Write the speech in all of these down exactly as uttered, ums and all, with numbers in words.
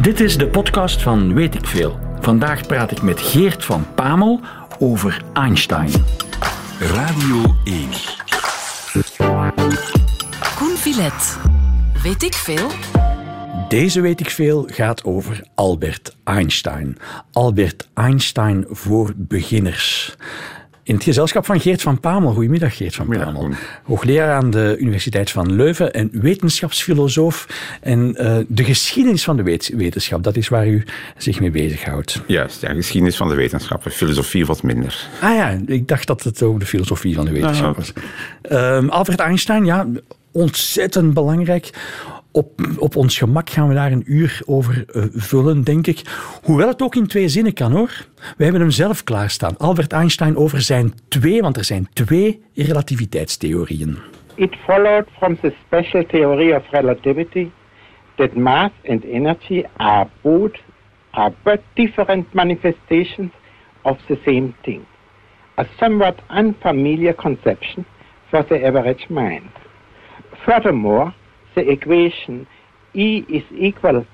Dit is de podcast van Weet ik Veel. Vandaag praat ik met Geert van Pamel over Einstein. Radio één. Koen Villet. Weet ik Veel? Deze Weet ik Veel gaat over Albert Einstein. Albert Einstein voor beginners. In het gezelschap van Geert van Pamel. Goedemiddag, Geert van Pamel. Ja, hoogleraar aan de Universiteit van Leuven en wetenschapsfilosoof. En uh, de geschiedenis van de wetenschap, dat is waar u zich mee bezighoudt. Juist, ja, geschiedenis van de wetenschap. Filosofie wat minder. Ah ja, ik dacht dat het ook de filosofie van de wetenschap was. Uh, Albert Einstein, ja, ontzettend belangrijk. Op, op ons gemak gaan we daar een uur over uh, vullen, denk ik. Hoewel het ook in twee zinnen kan, hoor. We hebben hem zelf klaarstaan. Albert Einstein over zijn twee, want er zijn twee relativiteitstheorieën. It followed from the special theory of relativity that mass and energy are both are but different manifestations of the same thing. A somewhat unfamiliar conception for the average mind. Furthermore, the equation E is equal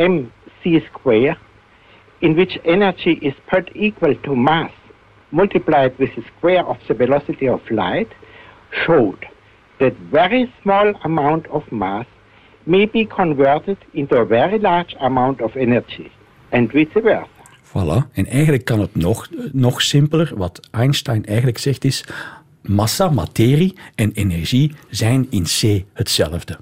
mc square, in which energy is put equal to mass multiplied with the square of the velocity of light, showed that very small amount of mass may be converted into a very large amount of energy, and vice versa. Voilà, en eigenlijk kan het nog, nog simpeler. Wat Einstein eigenlijk zegt is, massa, materie en energie zijn in C hetzelfde.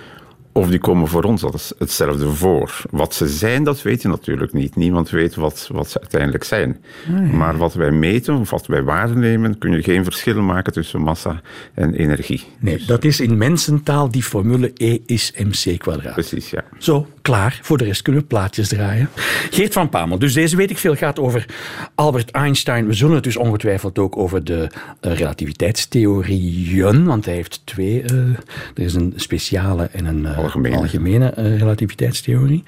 Of die komen voor ons dat hetzelfde voor. Wat ze zijn, dat weet je natuurlijk niet. Niemand weet wat, wat ze uiteindelijk zijn. Ah, ja. Maar wat wij meten, of wat wij waarnemen, kun je geen verschil maken tussen massa en energie. Nee, dus dat is in mensentaal die formule E is mc kwadraat. Precies, ja. Zo, klaar. Voor de rest kunnen we plaatjes draaien. Geert van Pamel, dus deze Weet ik Veel gaat over Albert Einstein. We zullen het dus ongetwijfeld ook over de uh, relativiteitstheorieën, want hij heeft twee. Uh, er is een speciale en een uh, algemene, algemene uh, relativiteitstheorie.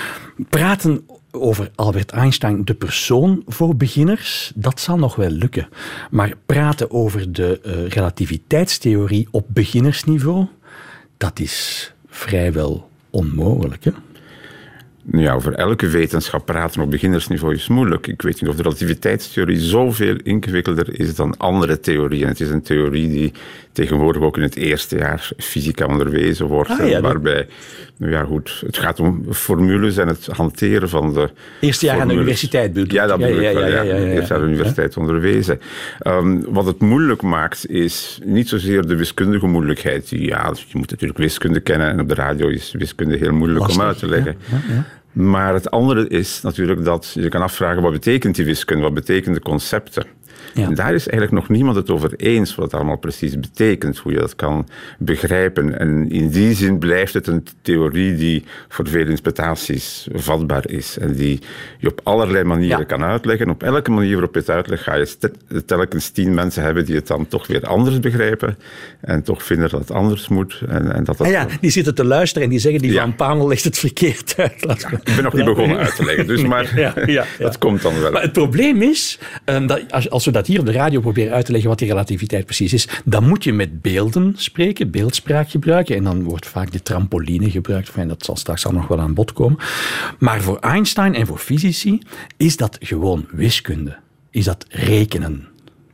Praten over Albert Einstein, de persoon voor beginners, dat zal nog wel lukken. Maar praten over de uh, relativiteitstheorie op beginnersniveau, dat is vrijwel onmogelijk, hè? Ja, over elke wetenschap praten op beginnersniveau is moeilijk. Ik weet niet of de relativiteitstheorie zoveel ingewikkelder is dan andere theorieën. Het is een theorie die tegenwoordig ook in het eerste jaar fysica onderwezen wordt. Ah, ja, waarbij, nou ja goed, het gaat om formules en het hanteren van de Eerste jaar formules. Aan de universiteit bedoel ik. Ja, dat bedoel ja, ik ja, wel. Ja, ja, ja, ja, ja. Eerste jaar aan de universiteit ja. onderwezen. Um, wat het moeilijk maakt, is niet zozeer de wiskundige moeilijkheid. Ja, je moet natuurlijk wiskunde kennen en op de radio is wiskunde heel moeilijk Lastig, om uit te leggen. Ja, ja, ja. Maar het andere is natuurlijk dat je kan afvragen, wat betekent die wiskunde, wat betekenen de concepten? Ja. En daar is eigenlijk nog niemand het over eens wat het allemaal precies betekent, hoe je dat kan begrijpen. En in die zin blijft het een theorie die voor vele interpretaties vatbaar is. En die je op allerlei manieren ja. kan uitleggen. Op elke manier waarop je het uitlegt, ga je telkens tien mensen hebben die het dan toch weer anders begrijpen. En toch vinden dat het anders moet. En, en dat dat ah ja, die zitten te luisteren en die zeggen, die ja. Van Pamel legt het verkeerd uit. Ja, ik ben nog niet begonnen uit te leggen, dus maar ja, ja, ja. dat komt dan wel. Maar het probleem is, um, dat als, als we dat hier op de radio proberen uit te leggen wat die relativiteit precies is, dan moet je met beelden spreken, beeldspraak gebruiken en dan wordt vaak de trampoline gebruikt. Enfin, dat zal straks al nog wel aan bod komen. Maar voor Einstein en voor fysici is dat gewoon wiskunde. Is dat rekenen.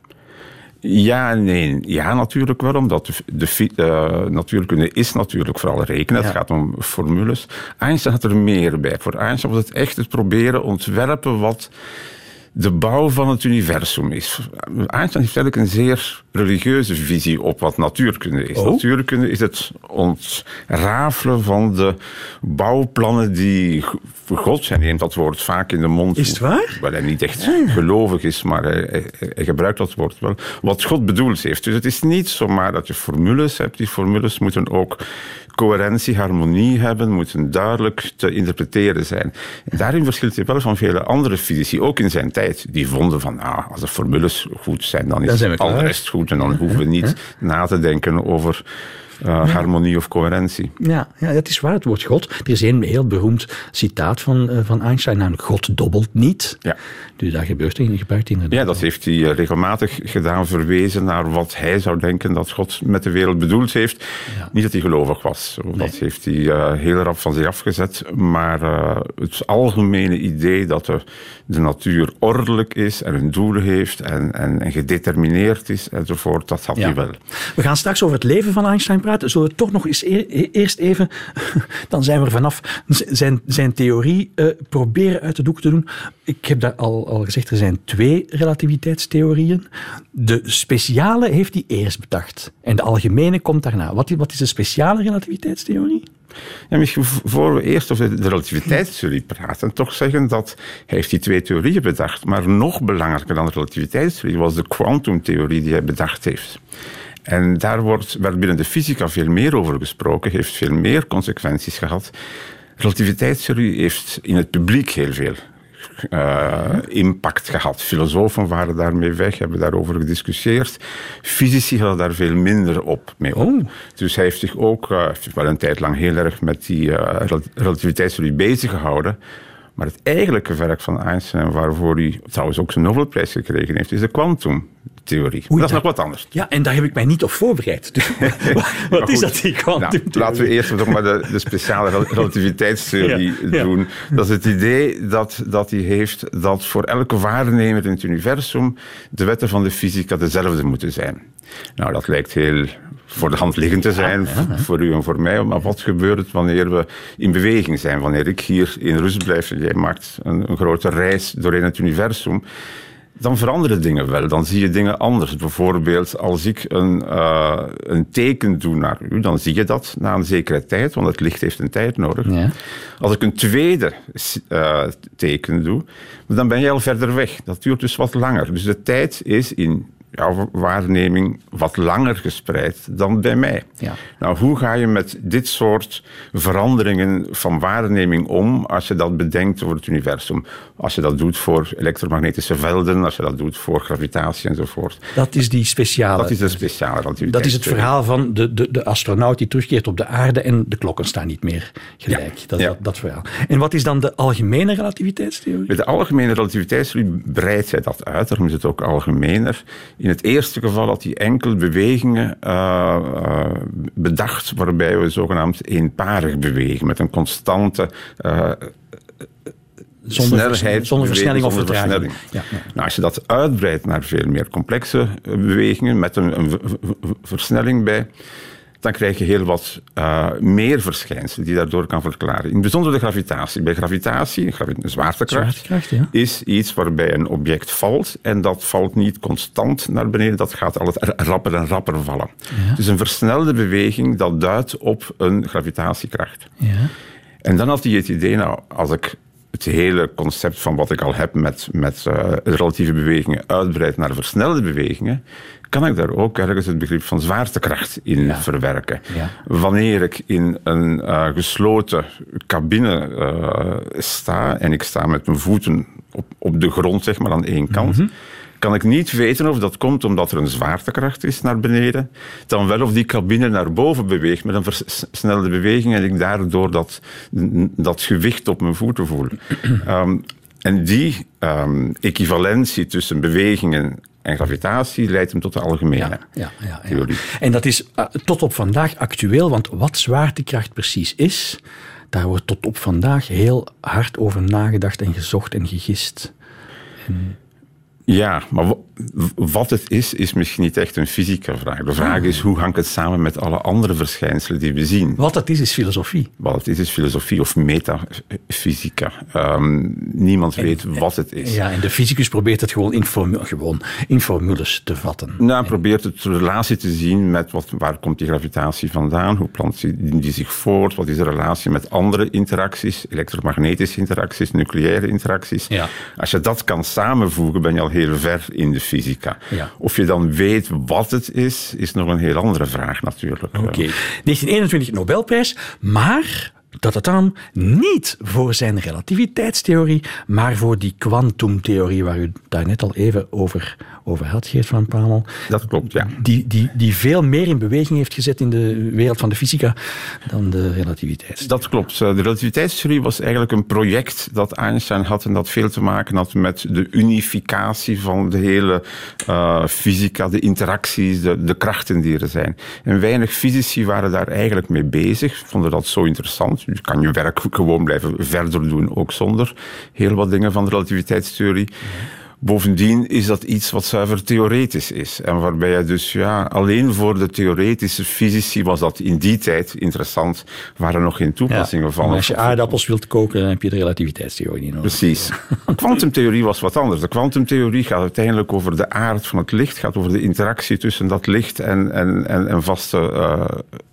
Ja en nee. Ja, natuurlijk wel, omdat de, de uh, natuurkunde is natuurlijk vooral rekenen. Ja. Het gaat om formules. Einstein had er meer bij. Voor Einstein was het echt het proberen ontwerpen wat de bouw van het universum is. Einstein heeft eigenlijk een zeer religieuze visie op wat natuurkunde is. Oh. Natuurkunde is het ontrafelen van de bouwplannen die God, hij neemt dat woord vaak in de mond. Is het waar? Wel, hij niet echt ja. gelovig is, maar hij, hij, hij gebruikt dat woord wel. Wat God bedoeld heeft. Dus het is niet zomaar dat je formules hebt. Die formules moeten ook coherentie, harmonie hebben, moeten duidelijk te interpreteren zijn. En daarin verschilt hij wel van vele andere fysici, ook in zijn tijd. Die vonden van, ah, als de formules goed zijn, dan is al de rest goed. En dan hoeven we niet ja. na te denken over uh, ja. harmonie of coherentie. Ja, ja, dat is waar, het woord God. Er is een heel beroemd citaat van, uh, van Einstein, namelijk God dobbelt niet. Ja. Dus daar gebeurt er gebruikt inderdaad. Ja, dat heeft hij regelmatig gedaan, verwezen naar wat hij zou denken dat God met de wereld bedoeld heeft. Ja. Niet dat hij gelovig was. Dat nee. heeft hij uh, heel rap van zich afgezet. Maar uh, het algemene idee dat de, de natuur ordelijk is en een doel heeft en, en, en gedetermineerd is enzovoort, dat had ja. hij wel. We gaan straks over het leven van Einstein praten. Zullen we toch nog eens e- eerst even, dan zijn we er vanaf, zijn, zijn theorie uh, proberen uit de doek te doen. Ik heb daar al, al gezegd, er zijn twee relativiteitstheorieën. De speciale heeft hij eerst bedacht. En de algemene komt daarna. Wat, wat is de speciale relativiteitstheorie? Ja, misschien voor we eerst over de relativiteitstheorie praten, toch zeggen dat hij heeft die twee theorieën bedacht. Maar nog belangrijker dan de relativiteitstheorie was de kwantumtheorie die hij bedacht heeft. En daar wordt, werd binnen de fysica veel meer over gesproken, heeft veel meer consequenties gehad. Relativiteitstheorie heeft in het publiek heel veel Uh, impact gehad. Filosofen waren daarmee weg, hebben daarover gediscussieerd. Fysici hadden daar veel minder op mee op. Oh. Dus hij heeft zich ook uh, wel een tijd lang heel erg met die uh, relativiteitstheorie bezig gehouden. Maar het eigenlijke werk van Einstein, waarvoor hij trouwens ook zijn Nobelprijs gekregen heeft, is de kwantumtheorie. Dat is nog wat anders. Ja, en daar heb ik mij niet op voorbereid. Dus, wat goed, is dat, die kwantumtheorie? Nou, laten we eerst nog maar de, de speciale relativiteitstheorie ja, doen. Ja. Dat is het idee dat, dat hij heeft dat voor elke waarnemer in het universum de wetten van de fysica dezelfde moeten zijn. Nou, dat lijkt heel voor de hand liggend te zijn, ja, ja, ja. voor u en voor mij. Maar wat gebeurt het wanneer we in beweging zijn? Wanneer ik hier in rust blijf en jij maakt een, een grote reis doorheen het universum, dan veranderen dingen wel. Dan zie je dingen anders. Bijvoorbeeld, als ik een, uh, een teken doe naar u, dan zie je dat na een zekere tijd, want het licht heeft een tijd nodig. Ja. Als ik een tweede uh, teken doe, dan ben je al verder weg. Dat duurt dus wat langer. Dus de tijd is in jouw waarneming wat langer gespreid dan bij mij. Ja. Nou, hoe ga je met dit soort veranderingen van waarneming om als je dat bedenkt over het universum? Als je dat doet voor elektromagnetische velden, als je dat doet voor gravitatie enzovoort. Dat is die speciale... Dat is de speciale relativiteit. Dat is het verhaal van de, de, de astronaut die terugkeert op de aarde en de klokken staan niet meer gelijk. Ja. Dat, ja. dat, dat verhaal. En wat is dan de algemene relativiteitstheorie? Met de algemene relativiteitstheorie breidt zij dat uit, daarom is het ook algemener. In het eerste geval had hij enkel bewegingen uh, uh, bedacht waarbij we zogenaamd eenparig bewegen, met een constante uh, zonder snelheid. Zonder versnelling of zonder vertraging. Ja, ja. Nou, als je dat uitbreidt naar veel meer complexe bewegingen, met een, een v- v- versnelling bij, dan krijg je heel wat uh, meer verschijnselen die je daardoor kan verklaren. In het bijzonder de gravitatie. Bij gravitatie, de zwaartekracht, zwaartekracht ja. is iets waarbij een object valt en dat valt niet constant naar beneden, dat gaat altijd rapper en rapper vallen. Ja. Dus een versnelde beweging, dat duidt op een gravitatiekracht. Ja. En dan had hij het idee, nou, als ik het hele concept van wat ik al heb met, met uh, relatieve bewegingen uitbreid naar versnelde bewegingen, kan ik daar ook ergens het begrip van zwaartekracht in ja. verwerken. Ja. Wanneer ik in een uh, gesloten cabine uh, sta en ik sta met mijn voeten op, op de grond, zeg maar, aan één kant, mm-hmm. kan ik niet weten of dat komt omdat er een zwaartekracht is naar beneden, dan wel of die cabine naar boven beweegt met een versnelde beweging en ik daardoor dat, dat gewicht op mijn voeten voel. um, en die um, equivalentie tussen bewegingen en gravitatie leidt hem tot de algemene ja, ja, ja, ja. theorie. En dat is uh, tot op vandaag actueel, want wat zwaartekracht precies is, daar wordt tot op vandaag heel hard over nagedacht en gezocht en gegist. En ja, maar wat het is, is misschien niet echt een fysica-vraag. De vraag is, hoe hangt het samen met alle andere verschijnselen die we zien? Wat het is, is filosofie. Wat het is, is filosofie of metafysica. Um, niemand en, weet wat het is. Ja, en de fysicus probeert het gewoon in, formu- gewoon in formules te vatten. Nou, hij probeert het relatie te zien met wat, waar komt die gravitatie vandaan, hoe plant die zich voort, wat is de relatie met andere interacties, elektromagnetische interacties, nucleaire interacties. Ja. Als je dat kan samenvoegen, ben je al heel ver in de fysica. Ja. Of je dan weet wat het is, is nog een heel andere vraag natuurlijk. Oké. Okay. negentien eenentwintig Nobelprijs, maar tatatam, niet voor zijn relativiteitstheorie, maar voor die kwantumtheorie waar u daar net al even over, over had, Geert van Pamel. Dat klopt, ja. Die, die, die veel meer in beweging heeft gezet in de wereld van de fysica dan de relativiteitstheorie. Dat klopt. De relativiteitstheorie was eigenlijk een project dat Einstein had en dat veel te maken had met de unificatie van de hele uh, fysica, de interacties, de, de krachten die er zijn. En weinig fysici waren daar eigenlijk mee bezig, vonden dat zo interessant. Je kan je werk gewoon blijven verder doen, ook zonder heel wat dingen van de relativiteitstheorie. Bovendien is dat iets wat zuiver theoretisch is. En waarbij je dus, ja, alleen voor de theoretische fysici was dat in die tijd interessant, waren er nog geen toepassingen ja, van. Als je aardappels wilt koken, dan heb je de relativiteitstheorie niet nodig. Precies. De kwantumtheorie was wat anders. De kwantumtheorie gaat uiteindelijk over de aard van het licht, gaat over de interactie tussen dat licht en, en, en, en vaste uh,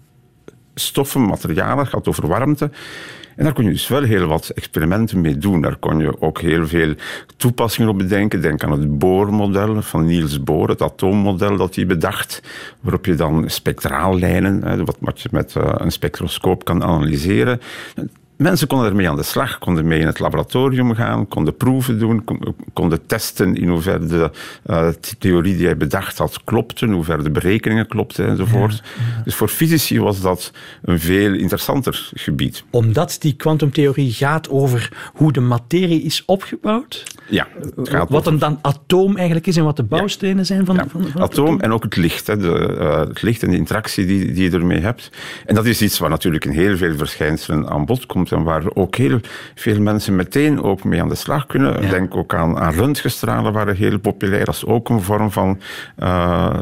stoffen, materialen, gaat over warmte. En daar kon je dus wel heel wat experimenten mee doen. Daar kon je ook heel veel toepassingen op bedenken. Denk aan het Bohr-model van Niels Bohr, het atoommodel dat hij bedacht, waarop je dan spectraallijnen, wat je met een spectroscoop kan analyseren. Mensen konden ermee aan de slag, konden mee in het laboratorium gaan, konden proeven doen, konden testen in hoeverre de uh, theorie die hij bedacht had klopte, in hoeverre de berekeningen klopten enzovoort. Ja, ja. Dus voor fysici was dat een veel interessanter gebied. Omdat die kwantumtheorie gaat over hoe de materie is opgebouwd? Ja. Het gaat wat over... dan atoom eigenlijk is en wat de bouwstenen ja. zijn van, ja. van, van atoom, atoom en ook het licht. Hè, de, uh, het licht en de interactie die, die je ermee hebt. En dat is iets waar natuurlijk in heel veel verschijnselen aan bod komt en waar ook heel veel mensen meteen ook mee aan de slag kunnen. Ja. Denk ook aan, aan röntgenstralen, waren heel populair. Dat is ook een vorm van uh,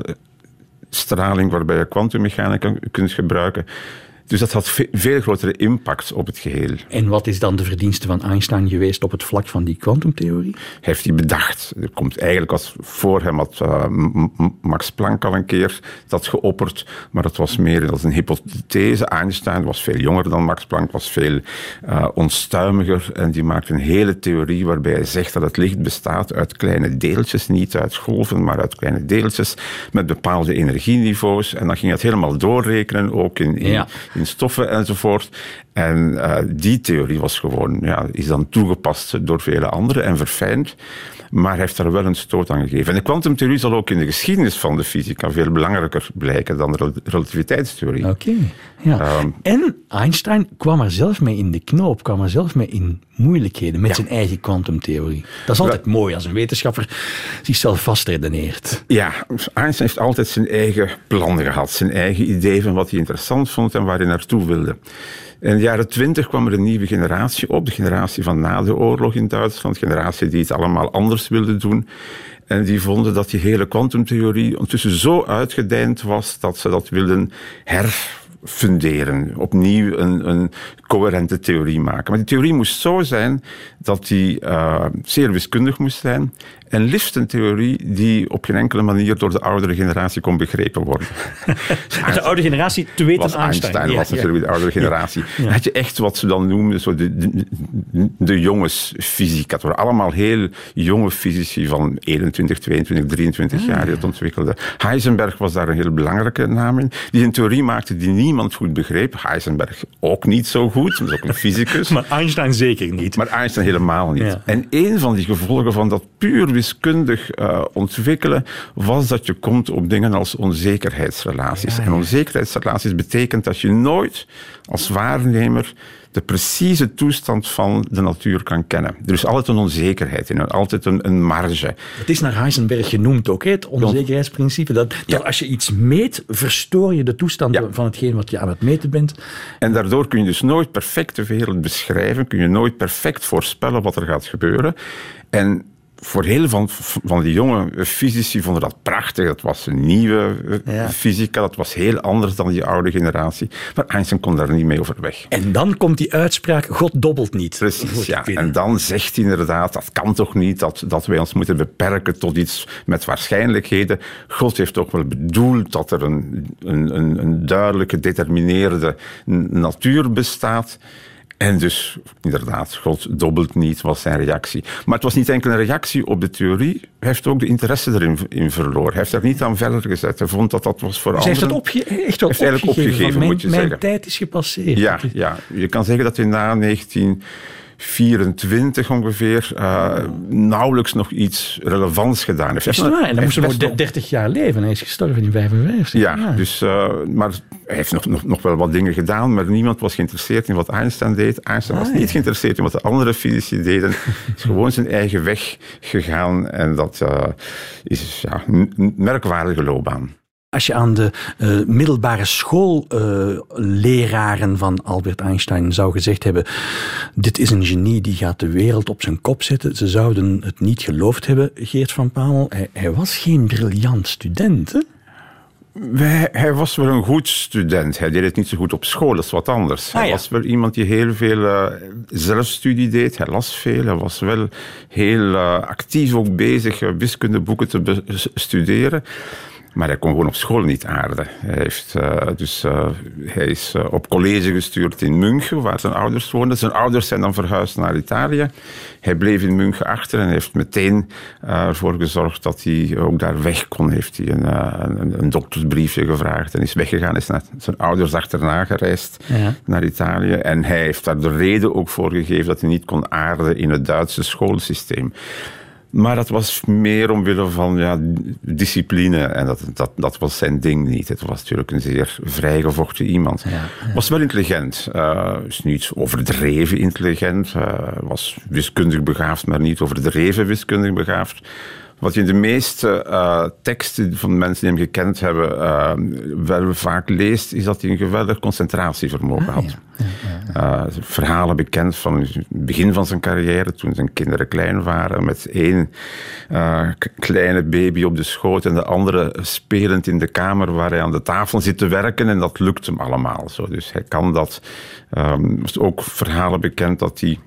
straling waarbij je kwantummechanica kunt gebruiken. Dus dat had veel grotere impact op het geheel. En wat is dan de verdienste van Einstein geweest op het vlak van die kwantumtheorie? Hij heeft die bedacht. Er komt eigenlijk als voor hem had uh, Max Planck al een keer dat geopperd, maar dat was meer als een hypothese. Einstein was veel jonger dan Max Planck, was veel uh, onstuimiger en die maakte een hele theorie waarbij hij zegt dat het licht bestaat uit kleine deeltjes, niet uit golven, maar uit kleine deeltjes met bepaalde energieniveaus. En dan ging hij het helemaal doorrekenen, ook in, in ja. in stoffen enzovoort. En uh, die theorie was gewoon, ja, is dan toegepast door vele anderen en verfijnd. Maar hij heeft daar wel een stoot aan gegeven. En de kwantumtheorie zal ook in de geschiedenis van de fysica veel belangrijker blijken dan de relativiteitstheorie. Oké. Okay, ja. Um, en Einstein kwam er zelf mee in de knoop, kwam er zelf mee in moeilijkheden met ja. zijn eigen kwantumtheorie. Dat is altijd ja. mooi als een wetenschapper zichzelf vastredeneert. Ja, Einstein heeft altijd zijn eigen plan gehad, zijn eigen idee van wat hij interessant vond en waar hij naartoe wilde. In de jaren twintig kwam er een nieuwe generatie op, de generatie van na de oorlog in Duitsland, de generatie die het allemaal anders wilde doen. En die vonden dat die hele kwantumtheorie ondertussen zo uitgedijnd was dat ze dat wilden herfunderen, opnieuw een, een coherente theorie maken. Maar die theorie moest zo zijn dat die uh, zeer wiskundig moest zijn en liefst een theorie die op geen enkele manier door de oudere generatie kon begrepen worden. De oude generatie te weten was Einstein. Einstein was ja, natuurlijk ja. de oudere generatie. Ja. Ja. Had je echt wat ze dan noemden, zo de, de, de jongensfysica. Het waren allemaal heel jonge fysici van eenentwintig, tweeëntwintig, drieëntwintig ja. jaar die het ontwikkelden. Heisenberg was daar een heel belangrijke naam in, die een theorie maakte die niemand goed begreep. Heisenberg ook niet zo goed, dat is ook een fysicus. Maar Einstein zeker niet. Maar Einstein helemaal niet. Ja. En een van die gevolgen van dat puur wiskundig uh, ontwikkelen was dat je komt op dingen als onzekerheidsrelaties. Ja, ja. En onzekerheidsrelaties betekent dat je nooit als waarnemer de precieze toestand van de natuur kan kennen. Er is altijd een onzekerheid in, altijd een, een marge. Het is naar Heisenberg genoemd ook, het onzekerheidsprincipe. Dat, dat ja. als je iets meet, verstoor je de toestand ja. van hetgeen wat je aan het meten bent. En daardoor kun je dus nooit perfect de wereld beschrijven, kun je nooit perfect voorspellen wat er gaat gebeuren. En voor heel van, van die jonge fysici vonden dat prachtig. Dat was een nieuwe ja. fysica. Dat was heel anders dan die oude generatie. Maar Einstein kon daar niet mee overweg. En dan komt die uitspraak, God dobbelt niet. Precies, ja. En dan zegt hij inderdaad, dat kan toch niet, dat, dat wij ons moeten beperken tot iets met waarschijnlijkheden. God heeft ook wel bedoeld dat er een, een, een, een duidelijke, gedetermineerde natuur bestaat. En dus, inderdaad, God dobbelt niet, was zijn reactie. Maar het was niet enkel een reactie op de theorie. Hij heeft ook de interesse erin in verloren. Hij heeft daar niet aan verder gezet. Hij vond dat dat was voor dus anderen... Hij heeft het opge- echt op heeft eigenlijk opgegeven, opgegeven, mijn, moet je mijn zeggen. tijd is gepasseerd. Ja, ja, je kan zeggen dat hij na negentien vierentwintig ongeveer uh, nauwelijks nog iets relevants gedaan heeft. Is het waar? En dan moest hij nog dertig jaar leven. Hij is gestorven in vijfenvijftig. Ja, ja. Dus, uh, maar hij heeft nog, nog, nog wel wat dingen gedaan, maar niemand was geïnteresseerd in wat Einstein deed. Einstein ah, was niet ja. geïnteresseerd in wat de andere fysici deden. Hij is gewoon zijn eigen weg gegaan en dat uh, is ja, een merkwaardige loopbaan. Als je aan de uh, middelbare schoolleraren uh, van Albert Einstein zou gezegd hebben, dit is een genie die gaat de wereld op zijn kop zetten, ze zouden het niet geloofd hebben, Geert van Pamel. Hij, hij was geen briljant student, hè? Hij, hij was wel een goed student. Hij deed het niet zo goed op school, dat is wat anders. Ah, hij ja. was wel iemand die heel veel uh, zelfstudie deed. Hij las veel. Hij was wel heel uh, actief ook bezig uh, wiskundeboeken te bestuderen. Maar hij kon gewoon op school niet aarden. Hij, heeft, uh, dus, uh, hij is uh, op college gestuurd in München, waar zijn ouders woonden. Zijn ouders zijn dan verhuisd naar Italië. Hij bleef in München achter en heeft meteen uh, ervoor gezorgd dat hij ook daar weg kon. Heeft hij een, uh, een, een doktersbriefje gevraagd en is weggegaan. Is naar zijn ouders achterna gereisd ja. naar Italië. En hij heeft daar de reden ook voor gegeven dat hij niet kon aarden in het Duitse schoolsysteem. Maar dat was meer omwille van ja, discipline. En dat, dat, dat was zijn ding niet. Het was natuurlijk een zeer vrijgevochten iemand. Ja, ja. Was wel intelligent. Uh, is niet overdreven intelligent. Uh, was wiskundig begaafd, maar niet overdreven wiskundig begaafd. Wat je in de meeste uh, teksten van mensen die hem gekend hebben uh, wel vaak leest, is dat hij een geweldig concentratievermogen had. Ah, ja. Ja, ja, ja. Uh, verhalen bekend van het begin van zijn carrière, toen zijn kinderen klein waren, met één uh, kleine baby op de schoot en de andere spelend in de kamer waar hij aan de tafel zit te werken, en dat lukt hem allemaal. Zo. Dus hij kan dat. Um, er is ook verhalen bekend dat hij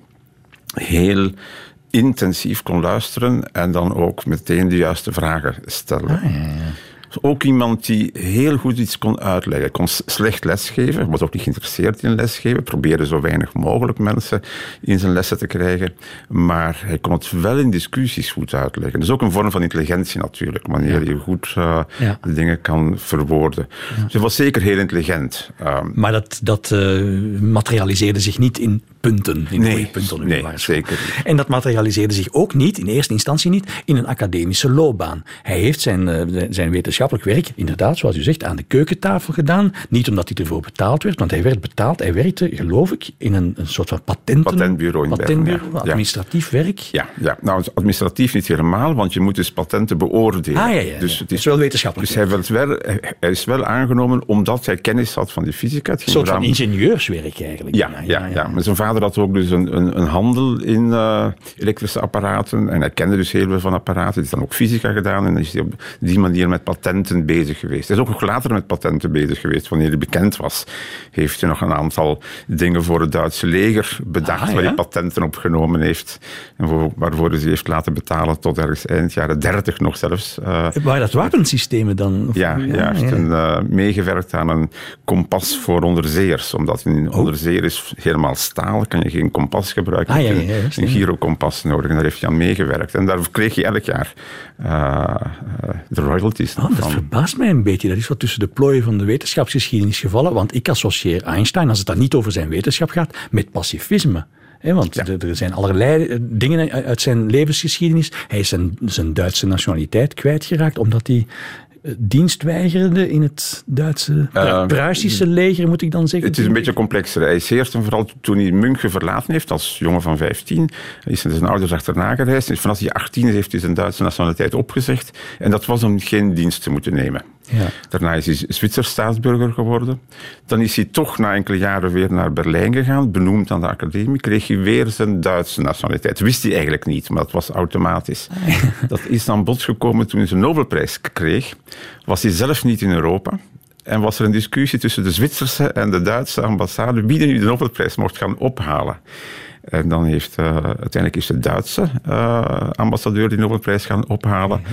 heel intensief kon luisteren en dan ook meteen de juiste vragen stellen. Ah, ja, ja. Ook iemand die heel goed iets kon uitleggen. Hij kon slecht lesgeven, was ook niet geïnteresseerd in lesgeven, probeerde zo weinig mogelijk mensen in zijn lessen te krijgen, maar hij kon het wel in discussies goed uitleggen. Dat is ook een vorm van intelligentie natuurlijk, wanneer ja. je goed uh, ja. de dingen kan verwoorden. Ja. Dus hij was zeker heel intelligent. Um, maar dat, dat uh, materialiseerde zich niet in punten, in nee, punten. Nee, zeker niet. En dat materialiseerde zich ook niet, in eerste instantie niet, in een academische loopbaan. Hij heeft zijn, uh, zijn wetenschappelijk werk, inderdaad, zoals u zegt, aan de keukentafel gedaan. Niet omdat hij ervoor betaald werd, want hij werd betaald. Hij werkte, geloof ik, in een, een soort van patenten, patentbureau. In patentbureau, ja. administratief werk. Ja, ja, nou administratief niet helemaal, want je moet dus patenten beoordelen. Ah, ja, ja, ja. Dus het is, is wel wetenschappelijk. Dus hij, werd wel, hij is wel aangenomen omdat hij kennis had van die fysica. Een soort van ingenieurswerk eigenlijk. Ja, ja, ja, ja. ja. Maar zijn vader had ook dus een, een, een handel in uh, elektrische apparaten en hij kende dus heel veel van apparaten. Hij heeft dan ook fysica gedaan en is hij op die manier met patenten bezig geweest. Hij is ook nog later met patenten bezig geweest. Wanneer hij bekend was, heeft hij nog een aantal dingen voor het Duitse leger bedacht, ah, ja? waar hij patenten opgenomen heeft en voor, waarvoor hij ze heeft laten betalen tot ergens eind jaren dertig nog zelfs. Uh, Waren dat wapensystemen dan? Of? Ja, ja, hij heeft ja. Een, uh, meegewerkt aan een kompas voor onderzeeërs. Omdat in oh. onderzeeër is helemaal staal, kan je geen kompas gebruiken. Ah, je ja, hebt ja, ja, een, een gyrokompas nodig en daar heeft hij aan meegewerkt. En daar kreeg je elk jaar uh, uh, de royalties oh, dat verbaast mij een beetje. Dat is wat tussen de plooien van de wetenschapsgeschiedenis gevallen, want ik associeer Einstein, als het dan niet over zijn wetenschap gaat, met pacifisme. He, want ja. er zijn allerlei dingen uit zijn levensgeschiedenis. Hij is zijn, zijn Duitse nationaliteit kwijtgeraakt, omdat hij dienst weigerde in het Duitse, uh, Pruisische leger, moet ik dan zeggen? Het is een beetje complexer. Hij is eerst en vooral toen hij München verlaten heeft, als jongen van vijftien, is zijn ouders achterna gereisd. En vanaf hij achttien is, heeft hij zijn Duitse nationaliteit opgezegd. En dat was om geen dienst te moeten nemen. Ja. Daarna is hij Zwitser staatsburger geworden. Dan is hij toch na enkele jaren weer naar Berlijn gegaan, benoemd aan de academie, kreeg hij weer zijn Duitse nationaliteit. Dat wist hij eigenlijk niet, maar dat was automatisch. Dat is aan bod gekomen toen hij zijn Nobelprijs kreeg. Was hij zelf niet in Europa. En was er een discussie tussen de Zwitserse en de Duitse ambassade wie nu de Nobelprijs mocht gaan ophalen. En dan heeft uh, uiteindelijk is de Duitse uh, ambassadeur die Nobelprijs gaan ophalen. Mm-hmm.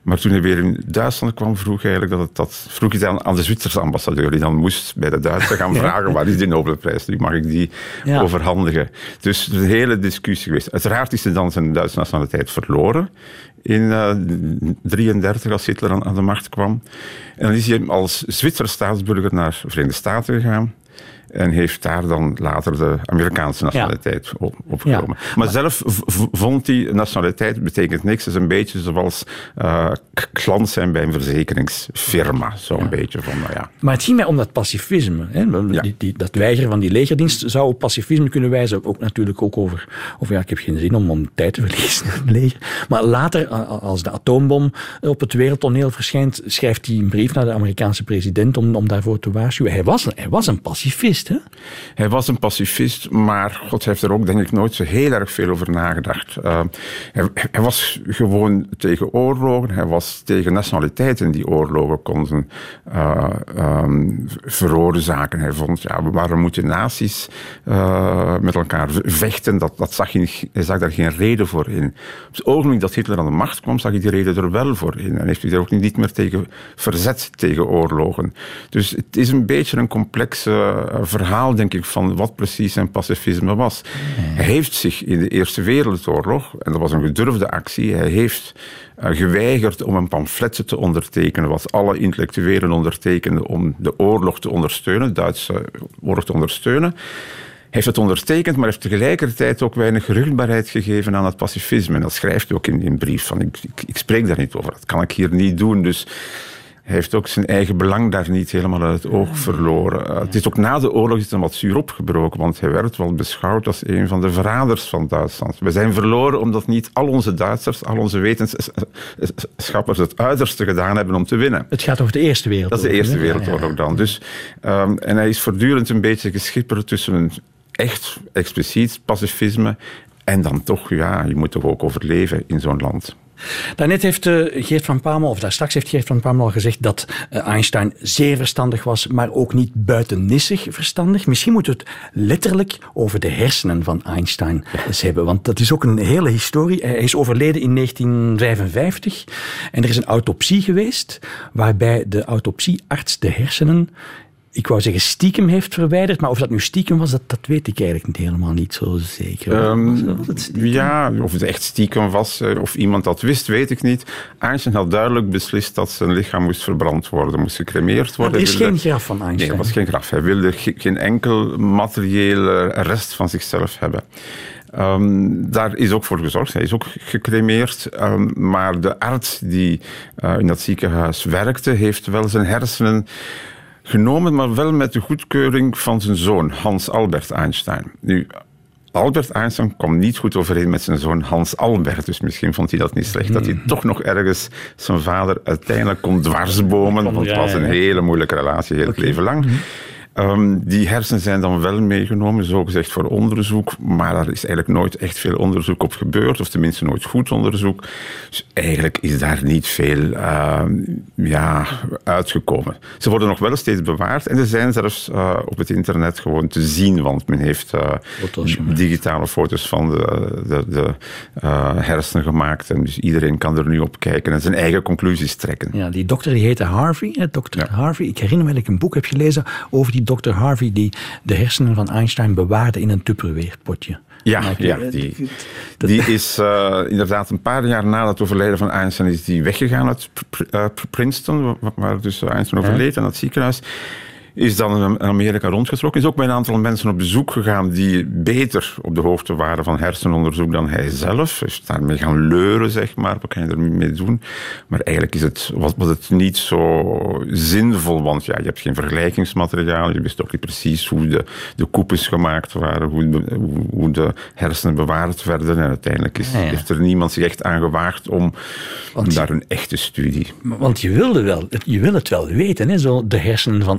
Maar toen hij weer in Duitsland kwam, vroeg, eigenlijk dat het, dat, vroeg hij dan aan de Zwitserse ambassadeur, die dan moest bij de Duitsers gaan vragen, waar is die Nobelprijs? Nu mag ik die ja. overhandigen. Dus een hele discussie geweest. Uiteraard is hij dan zijn Duitse nationaliteit verloren in negentien drieëndertig, als Hitler aan, aan de macht kwam. En dan is hij als Zwitser staatsburger naar de Verenigde Staten gegaan. En heeft daar dan later de Amerikaanse nationaliteit ja. opgenomen. Ja. Maar zelf v- vond hij nationaliteit betekent niks. Het is een beetje zoals uh, klant zijn bij een verzekeringsfirma. Zo'n ja. beetje van, nou ja. Maar het ging mij om dat pacifisme. Hè? Ja. Die, die, dat weigeren van die legerdienst zou op pacifisme kunnen wijzen. Ook natuurlijk ook over, over ja, ik heb geen zin om, om tijd te verliezen in het leger. Maar later, als de atoombom op het wereldtoneel verschijnt, schrijft hij een brief naar de Amerikaanse president om, om daarvoor te waarschuwen. Hij was, hij was een pacifist. Hè? Hij was een pacifist, maar God heeft er ook denk ik nooit zo heel erg veel over nagedacht. Uh, hij, hij was gewoon tegen oorlogen, hij was tegen nationaliteiten die oorlogen konden uh, um, veroorzaken. Hij vond, ja, waarom moeten naties uh, met elkaar vechten? Dat, dat zag hij, hij zag daar geen reden voor in. Op het ogenblik dat Hitler aan de macht kwam, zag hij die reden er wel voor in. En heeft hij er ook niet meer tegen verzet tegen oorlogen. Dus het is een beetje een complexe verhaal, denk ik, van wat precies zijn pacifisme was. Nee. Hij heeft zich in de Eerste Wereldoorlog, en dat was een gedurfde actie, hij heeft uh, geweigerd om een pamflet te ondertekenen, wat alle intellectuelen ondertekenden om de oorlog te ondersteunen, de Duitse oorlog te ondersteunen. Hij heeft het ondertekend, maar heeft tegelijkertijd ook weinig rugbaarheid gegeven aan het pacifisme. En dat schrijft hij ook in een brief. Van, ik, ik, ik spreek daar niet over, dat kan ik hier niet doen, dus hij heeft ook zijn eigen belang daar niet helemaal uit het oog verloren. Uh, het is ook na de oorlog is het wat zuur opgebroken, want hij werd wel beschouwd als een van de verraders van Duitsland. We zijn verloren omdat niet al onze Duitsers, al onze wetenschappers het uiterste gedaan hebben om te winnen. Het gaat over de Eerste Wereldoorlog. Dat is de Eerste Wereldoorlog dan. Dus, um, en hij is voortdurend een beetje geschipperd tussen een echt expliciet pacifisme en dan toch, ja, je moet toch ook overleven in zo'n land. Daarnet heeft uh, Geert van Pamel, of daar straks heeft Geert van Pamel al gezegd dat uh, Einstein zeer verstandig was, maar ook niet buitennissig verstandig. Misschien moeten we het letterlijk over de hersenen van Einstein eens hebben, want dat is ook een hele historie. Hij is overleden in negentien vijfenvijftig en er is een autopsie geweest waarbij de autopsiearts de hersenen, ik wou zeggen stiekem heeft verwijderd, maar of dat nu stiekem was, dat, dat weet ik eigenlijk niet, helemaal niet zo zeker. Um, was het ja, of het echt stiekem was, of iemand dat wist, weet ik niet. Einstein had duidelijk beslist dat zijn lichaam moest verbrand worden, moest gecremeerd worden. Er is wilde... geen graf van Einstein. Nee, dat was geen graf. Hij wilde ge- geen enkel materiële rest van zichzelf hebben. Um, daar is ook voor gezorgd. Hij is ook gecremeerd. Um, maar de arts die uh, in dat ziekenhuis werkte, heeft wel zijn hersenen genomen, maar wel met de goedkeuring van zijn zoon, Hans Albert Einstein. Nu, Albert Einstein kwam niet goed overeen met zijn zoon Hans Albert, dus misschien vond hij dat niet slecht, dat hij toch nog ergens zijn vader uiteindelijk kon dwarsbomen, want het was een hele moeilijke relatie, heel het okay. leven lang. Um, die hersenen zijn dan wel meegenomen, zogezegd voor onderzoek, maar daar is eigenlijk nooit echt veel onderzoek op gebeurd, of tenminste nooit goed onderzoek. Dus eigenlijk is daar niet veel uh, ja, uitgekomen. Ze worden nog wel steeds bewaard en ze zijn zelfs uh, op het internet gewoon te zien, want men heeft uh, foto's digitale foto's van de, de, de uh, hersenen gemaakt en dus iedereen kan er nu op kijken en zijn eigen conclusies trekken. Ja, die dokter die heette Harvey, hè, dokter ja. Harvey. Ik herinner me dat ik een boek heb gelezen over die dokter Harvey die de hersenen van Einstein bewaarde in een Tupperware-potje. Ja, ja die, die is uh, inderdaad een paar jaar na het overlijden van Einstein is die weggegaan uit uh, Princeton, waar dus Einstein overleed, aan het ziekenhuis. Is dan in Amerika rondgetrokken. Is ook bij een aantal mensen op bezoek gegaan die beter op de hoogte waren van hersenonderzoek dan hij zelf. Is daarmee gaan leuren, zeg maar. Wat kan je ermee doen? Maar eigenlijk is het, was, was het niet zo zinvol, want ja, je hebt geen vergelijkingsmateriaal. Je wist ook niet precies hoe de, de koepels gemaakt waren, hoe de, hoe de hersenen bewaard werden. En uiteindelijk is, ja, ja. heeft er niemand zich echt aan gewaagd om, om daar een echte studie. Want je wilde wel, je wil het wel weten, hè? Zo de hersenen van Einstein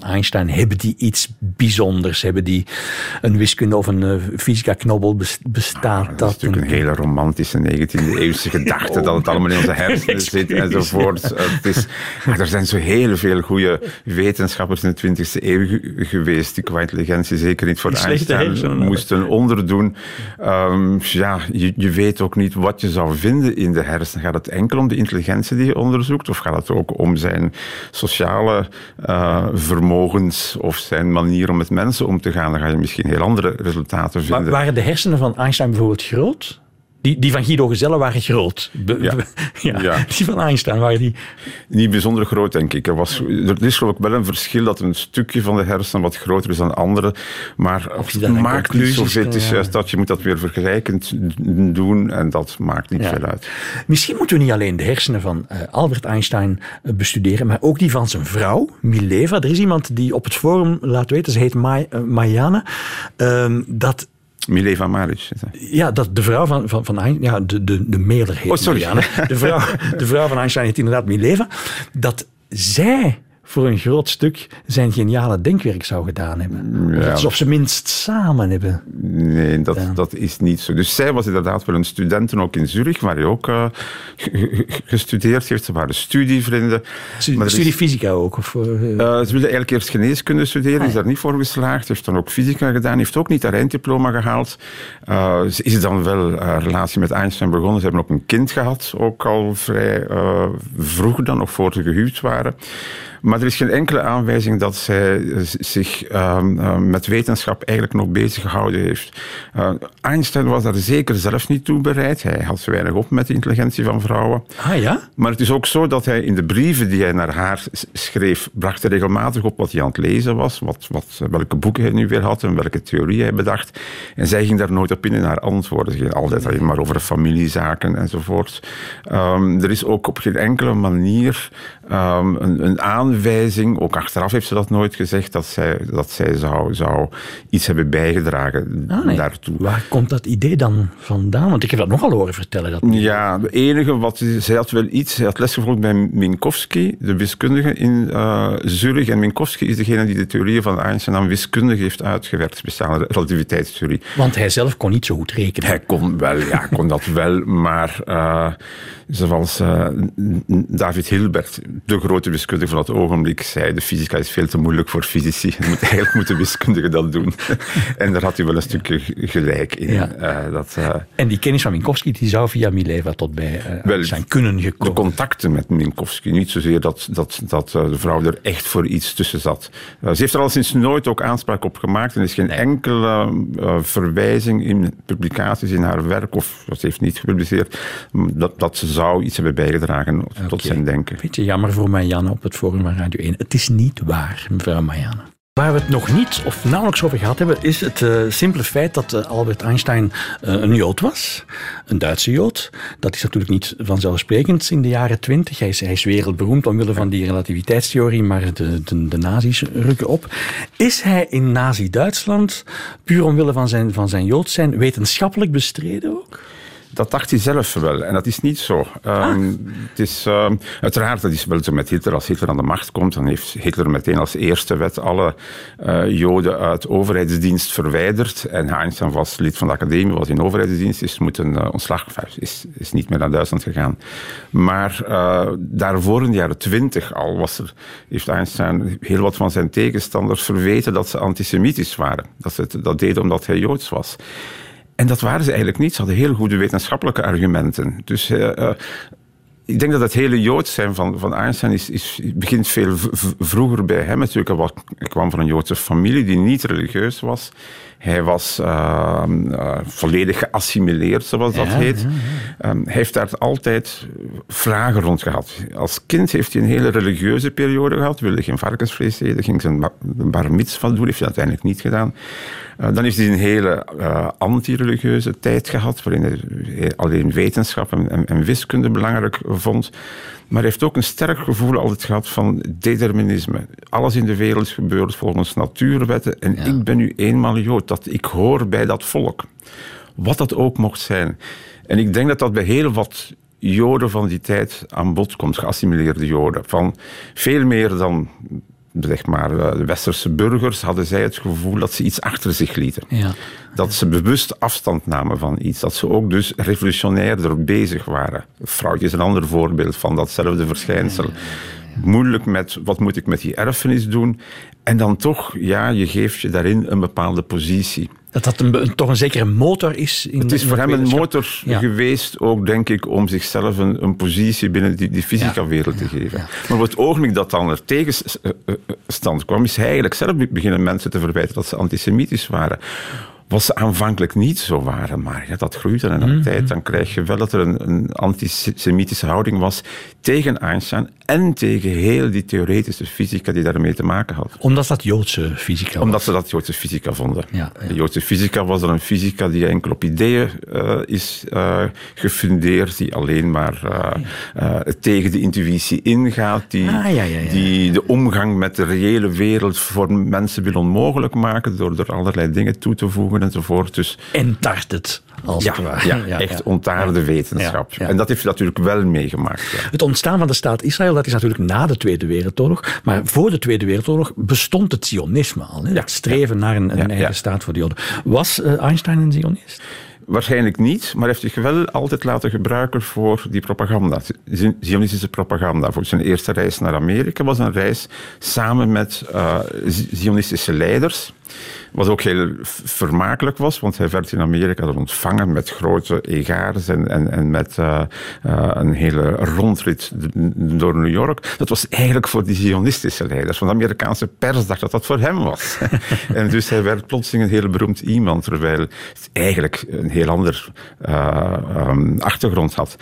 Einstein, hebben die iets bijzonders? Hebben die een wiskunde of een uh, fysica-knobbel bestaat? Ah, dat is natuurlijk een hele romantische negentiende-eeuwse gedachte, oh. dat het allemaal in onze hersenen zit enzovoort. Het is, ah, er zijn zo heel veel goede wetenschappers in de twintigste eeuw geweest die qua intelligentie zeker niet voor Einstein moesten onderdoen. Um, ja, je, je weet ook niet wat je zou vinden in de hersenen. Gaat het enkel om de intelligentie die je onderzoekt, of gaat het ook om zijn sociale uh, vermogens of zijn manier om met mensen om te gaan? Dan ga je misschien heel andere resultaten vinden. Maar waren de hersenen van Einstein bijvoorbeeld groot? Die, die van Guido Gezelle waren groot. Be, ja. Be, ja. Ja. Die van Einstein waren die... Niet bijzonder groot, denk ik. Er, was, er is geloof ik wel een verschil dat een stukje van de hersenen wat groter is dan andere. Maar het maakt niet zoveel. Het is juist dat je moet dat weer vergelijkend doen en dat maakt niet ja. veel uit. Misschien moeten we niet alleen de hersenen van uh, Albert Einstein uh, bestuderen, maar ook die van zijn vrouw, Mileva. Er is iemand die op het forum laat weten, ze heet Ma- uh, Marianne, uh, dat... Mileva Maric. Ja, dat de vrouw van, van, van Einstein... Ja, de, de, de mailer heet oh, sorry. Marianne. De vrouw, de vrouw van Einstein heet inderdaad Mileva. Dat zij voor een groot stuk zijn geniale denkwerk zou gedaan hebben. Ja. Dat ze op zijn minst samen hebben. Nee, dat, ja. dat is niet zo. Dus zij was inderdaad wel een studenten ook in Zurich, waar hij ook uh, gestudeerd heeft. Ze waren studievrienden. Studie, maar studie is, fysica ook? Of, uh, uh, ze wilde eigenlijk eerst geneeskunde studeren, ah, is daar niet voor geslaagd. Heeft dan ook fysica gedaan, heeft ook niet haar einddiploma gehaald. Uh, ze is dan wel een relatie met Einstein begonnen. Ze hebben ook een kind gehad, ook al vrij uh, vroeg dan, nog voor ze gehuwd waren. Maar er is geen enkele aanwijzing dat zij zich uh, uh, met wetenschap eigenlijk nog bezig gehouden heeft. Uh, Einstein was daar zeker zelf niet toe bereid. Hij had zo weinig op met de intelligentie van vrouwen. Ah ja? Maar het is ook zo dat hij in de brieven die hij naar haar schreef, bracht hij regelmatig op wat hij aan het lezen was, wat, wat, welke boeken hij nu weer had en welke theorie hij bedacht. En zij ging daar nooit op in in haar antwoorden. Ze ging altijd alleen maar over familiezaken enzovoort. Um, er is ook op geen enkele manier um, een, een aanwijzing, ook achteraf heeft ze dat nooit gezegd, dat zij, dat zij zou, zou iets hebben bijgedragen ah, nee. daartoe. Waar komt dat idee dan vandaan? Want ik heb dat nogal horen vertellen. Dat... Ja, de enige wat... Zij had wel iets... Zij had lesgevolgd bij Minkowski, de wiskundige in uh, Zurich. En Minkowski is degene die de theorieën van Einstein aan wiskundig heeft uitgewerkt, speciale relativiteitstheorie. Want hij zelf kon niet zo goed rekenen. Hij kon wel, ja, kon dat wel, maar... Uh, zoals uh, David Hilbert, de grote wiskundige van het ogenblik, zei, de fysica is veel te moeilijk voor fysici. Moet, eigenlijk moeten wiskundigen dat doen. En daar had hij wel een stukje gelijk in. Ja. Uh, dat, uh, en die kennis van Minkowski die zou via Mileva tot bij uh, wel, zijn kunnen gekomen. De contacten met Minkowski. Niet zozeer dat, dat, dat uh, de vrouw er echt voor iets tussen zat. Uh, ze heeft er al sinds nooit ook aanspraak op gemaakt. En er is geen nee. enkele uh, verwijzing in publicaties in haar werk, of dat heeft niet gepubliceerd, dat, dat ze zou iets hebben bijgedragen okay. tot zijn denken. Beetje jammer voor Marianne op het forum van Radio één. Het is niet waar, mevrouw Marianne. Waar we het nog niet of nauwelijks over gehad hebben, is het uh, simpele feit dat uh, Albert Einstein uh, een Jood was. Een Duitse Jood. Dat is natuurlijk niet vanzelfsprekend in de jaren twintig. Hij is, hij is wereldberoemd omwille van die relativiteitstheorie, maar de, de, de nazi's rukken op. Is hij in Nazi-Duitsland, puur omwille van zijn, van zijn Joods zijn, wetenschappelijk bestreden ook? Dat dacht hij zelf wel. En dat is niet zo. Ah. Um, het is, uh, uiteraard, dat is wel zo met Hitler. Als Hitler aan de macht komt, dan heeft Hitler meteen als eerste wet alle uh, Joden uit overheidsdienst verwijderd. En Einstein was lid van de academie, was in overheidsdienst, is moeten uh, ontslag, is, is niet meer naar Duitsland gegaan. Maar uh, daarvoor in de jaren twintig al was er, heeft Einstein heel wat van zijn tegenstanders verweten dat ze antisemitisch waren. Dat ze het, dat deden omdat hij Joods was. En dat waren ze eigenlijk niet. Ze hadden heel goede wetenschappelijke argumenten. Dus uh, uh, ik denk dat het hele Joods zijn van, van Einstein is, is, begint veel v- vroeger bij hem. Natuurlijk, hij kwam van een Joodse familie die niet religieus was. Hij was uh, uh, volledig geassimileerd, zoals dat ja, heet. Ja, ja. Um, hij heeft daar altijd vragen rond gehad. Als kind heeft hij een hele religieuze periode gehad. Wilde geen varkensvlees eten, ging zijn bar mitzwa doen. Heeft hij uiteindelijk niet gedaan. Uh, dan heeft hij een hele uh, anti-religieuze tijd gehad, waarin hij alleen wetenschap en, en, en wiskunde belangrijk vond. Maar hij heeft ook een sterk gevoel altijd gehad van determinisme. Alles in de wereld gebeurt volgens natuurwetten en ja. ik ben nu eenmaal Jood. Dat ik hoor bij dat volk. Wat dat ook mocht zijn. En ik denk dat dat bij heel wat Joden van die tijd aan bod komt, geassimileerde Joden. Van veel meer dan zeg maar, de westerse burgers, hadden zij het gevoel dat ze iets achter zich lieten. Ja. Dat ze bewust afstand namen van iets. Dat ze ook dus revolutionairder bezig waren. Freud is een ander voorbeeld van datzelfde verschijnsel. Moeilijk met, wat moet ik met die erfenis doen? En dan toch, ja, je geeft je daarin een bepaalde positie. Dat dat een, een, toch een zekere motor is. In, het is in voor hem een motor ja. geweest, ook denk ik, om zichzelf een, een positie binnen die, die fysica-wereld ja. te geven. Ja. Maar op het ogenblik dat dan er tegenstand kwam, is hij eigenlijk zelf beginnen mensen te verwijten dat ze antisemitisch waren. Wat ze aanvankelijk niet zo waren, maar ja, dat groeit dan in de mm-hmm. tijd. Dan krijg je wel dat er een, een antisemitische houding was tegen Einstein en tegen heel die theoretische fysica die daarmee te maken had. Omdat dat Joodse fysica was? Omdat ze dat Joodse fysica vonden. Ja, ja. De Joodse fysica was dan een fysica die enkel op ideeën uh, is uh, gefundeerd, die alleen maar uh, uh, tegen de intuïtie ingaat, die, ah, ja, ja, ja. die de omgang met de reële wereld voor mensen wil onmogelijk maken door er allerlei dingen toe te voegen enzovoort. Dus, Entarted, als ja, het ware. ja, ja, echt ontaarde ja. wetenschap. Ja, ja. En dat heeft hij natuurlijk wel meegemaakt. Ja. Het ontstaan van de staat Israël, dat is natuurlijk na de Tweede Wereldoorlog. Maar voor de Tweede Wereldoorlog bestond het Zionisme al. Hè? Ja. Het streven naar een, een ja, eigen ja. staat voor de Joden. Was uh, Einstein een Zionist? Waarschijnlijk niet, maar heeft zich wel altijd laten gebruiken voor die propaganda. Zionistische propaganda. Voor zijn eerste reis naar Amerika was een reis samen met uh, Zionistische leiders. Wat ook heel vermakelijk was, want hij werd in Amerika ontvangen met grote egaars en, en, en met uh, uh, een hele rondrit door New York. Dat was eigenlijk voor die Zionistische leiders. Want de Amerikaanse pers dacht dat dat voor hem was. En dus hij werd plotseling een heel beroemd iemand, terwijl het eigenlijk een heel ander uh, um, achtergrond had.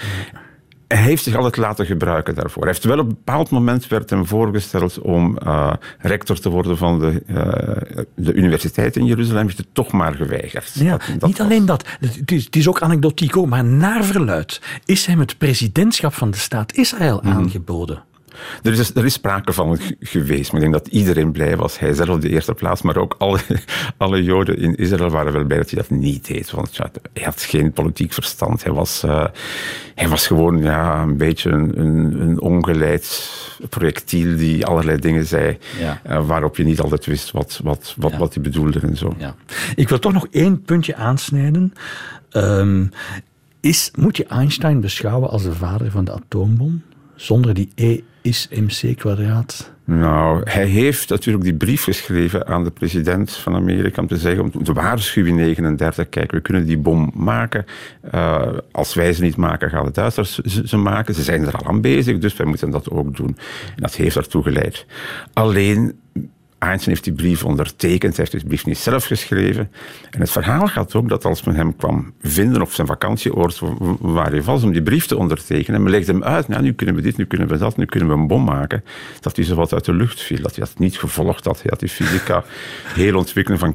Hij heeft zich altijd laten gebruiken daarvoor. Hij heeft wel op een bepaald moment werd hem voorgesteld om uh, rector te worden van de, uh, de universiteit in Jeruzalem. Heeft het toch maar geweigerd. Ja, dat, dat niet was. Alleen dat. Het is, het is ook anekdotiek, ook, maar naar verluidt is hem het presidentschap van de staat Israël mm-hmm. aangeboden. Er is, er is sprake van geweest, maar ik denk dat iedereen blij was. Hij zelf op de eerste plaats, maar ook alle, alle Joden in Israël waren wel blij dat hij dat niet deed. Want ja, hij had geen politiek verstand. Hij was, uh, hij was gewoon ja, een beetje een, een, een ongeleid projectiel die allerlei dingen zei, ja. uh, waarop je niet altijd wist wat, wat, wat, ja. wat hij bedoelde en zo. Ja. Ik wil toch nog één puntje aansnijden. Um, is, moet je Einstein beschouwen als de vader van de atoombom? Zonder die E is mc kwadraat? Nou, hij heeft natuurlijk die brief geschreven aan de president van Amerika om te zeggen, om te waarschuwen in negentien negenendertig, kijk, we kunnen die bom maken. Uh, als wij ze niet maken, gaan de Duitsers ze, ze maken. Ze zijn er al aan bezig, dus wij moeten dat ook doen. En dat heeft daartoe geleid. Alleen, Einstein heeft die brief ondertekend, hij heeft die brief niet zelf geschreven. En het verhaal gaat ook dat als men hem kwam vinden op zijn vakantieoord waar hij was om die brief te ondertekenen, en men legde hem uit, nou, nu kunnen we dit, nu kunnen we dat, nu kunnen we een bom maken, dat hij zo wat uit de lucht viel. Dat hij dat niet gevolgd had. Hij had die fysica, heel ontwikkeling van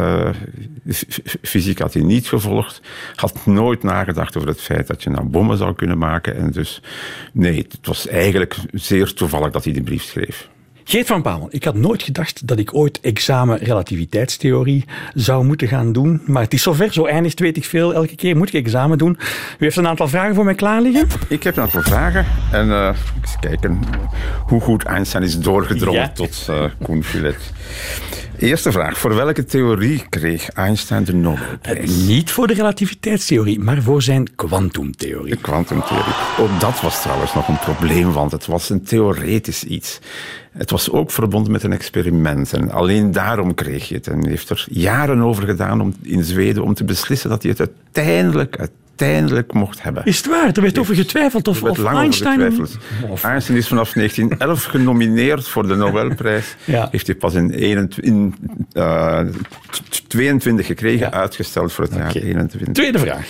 kernfysica uh, had hij niet gevolgd. Had nooit nagedacht over het feit dat je nou bommen zou kunnen maken. En dus, nee, het was eigenlijk zeer toevallig dat hij die brief schreef. Geert van Pamel, ik had nooit gedacht dat ik ooit examen relativiteitstheorie zou moeten gaan doen. Maar het is zover, zo eindigt, weet ik veel. Elke keer moet ik examen doen. U heeft een aantal vragen voor mij klaar liggen? Ik heb een aantal vragen. En uh, eens kijken hoe goed Einstein is doorgedrongen ja. tot uh, Koen Filet. Eerste vraag. Voor welke theorie kreeg Einstein de Nobelprijs? Uh, niet voor de relativiteitstheorie, maar voor zijn kwantumtheorie. De kwantumtheorie. Ook dat was trouwens nog een probleem, want het was een theoretisch iets. Het was ook verbonden met een experiment. En alleen daarom kreeg je het. En hij heeft er jaren over gedaan om, in Zweden om te beslissen dat hij het uiteindelijk, uiteindelijk mocht hebben. Is het waar? Er werd over getwijfeld of, of Einstein... Getwijfeld. Of... Einstein is vanaf negentien elf genomineerd voor de Nobelprijs. Ja. Heeft hij pas in, eenentwintig, in uh, tweeëntwintig gekregen, ja. uitgesteld voor het okay. jaar eenentwintig. Tweede vraag.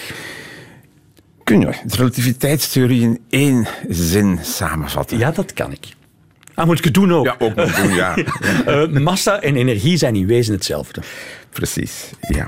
Kun je de relativiteitstheorie in één zin samenvatten? Ja, dat kan ik. Ah, moet ik het doen ook? Ja, ook moet doen, ja. uh, massa en energie zijn in wezen hetzelfde. Precies, ja.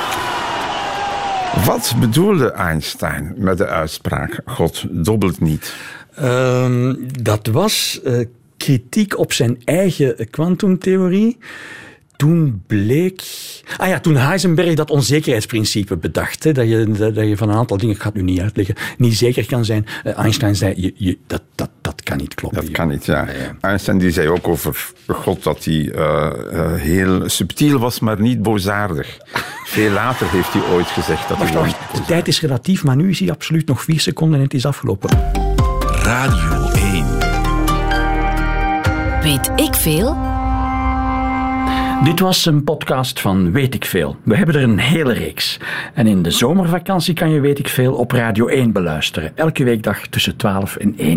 Wat bedoelde Einstein met de uitspraak God dobbelt niet? Uh, dat was uh, kritiek op zijn eigen kwantumtheorie. Toen bleek... Ah ja, toen Heisenberg dat onzekerheidsprincipe bedacht. Hè, dat, je, dat, dat je van een aantal dingen, ik ga het nu niet uitleggen, niet zeker kan zijn. Uh, Einstein zei, je, je, dat, dat, dat kan niet kloppen. Dat kan niet, ja. ja, ja. Einstein die zei ook over God dat hij uh, uh, heel subtiel was, maar niet boosaardig. Veel later heeft hij ooit gezegd dat wacht, hij... Wacht, de tijd is relatief, maar nu is hij absoluut nog vier seconden en het is afgelopen. Radio één. Weet ik veel? Dit was een podcast van Weet ik Veel. We hebben er een hele reeks. En in de zomervakantie kan je Weet ik Veel op Radio één beluisteren. Elke weekdag tussen twaalf en één.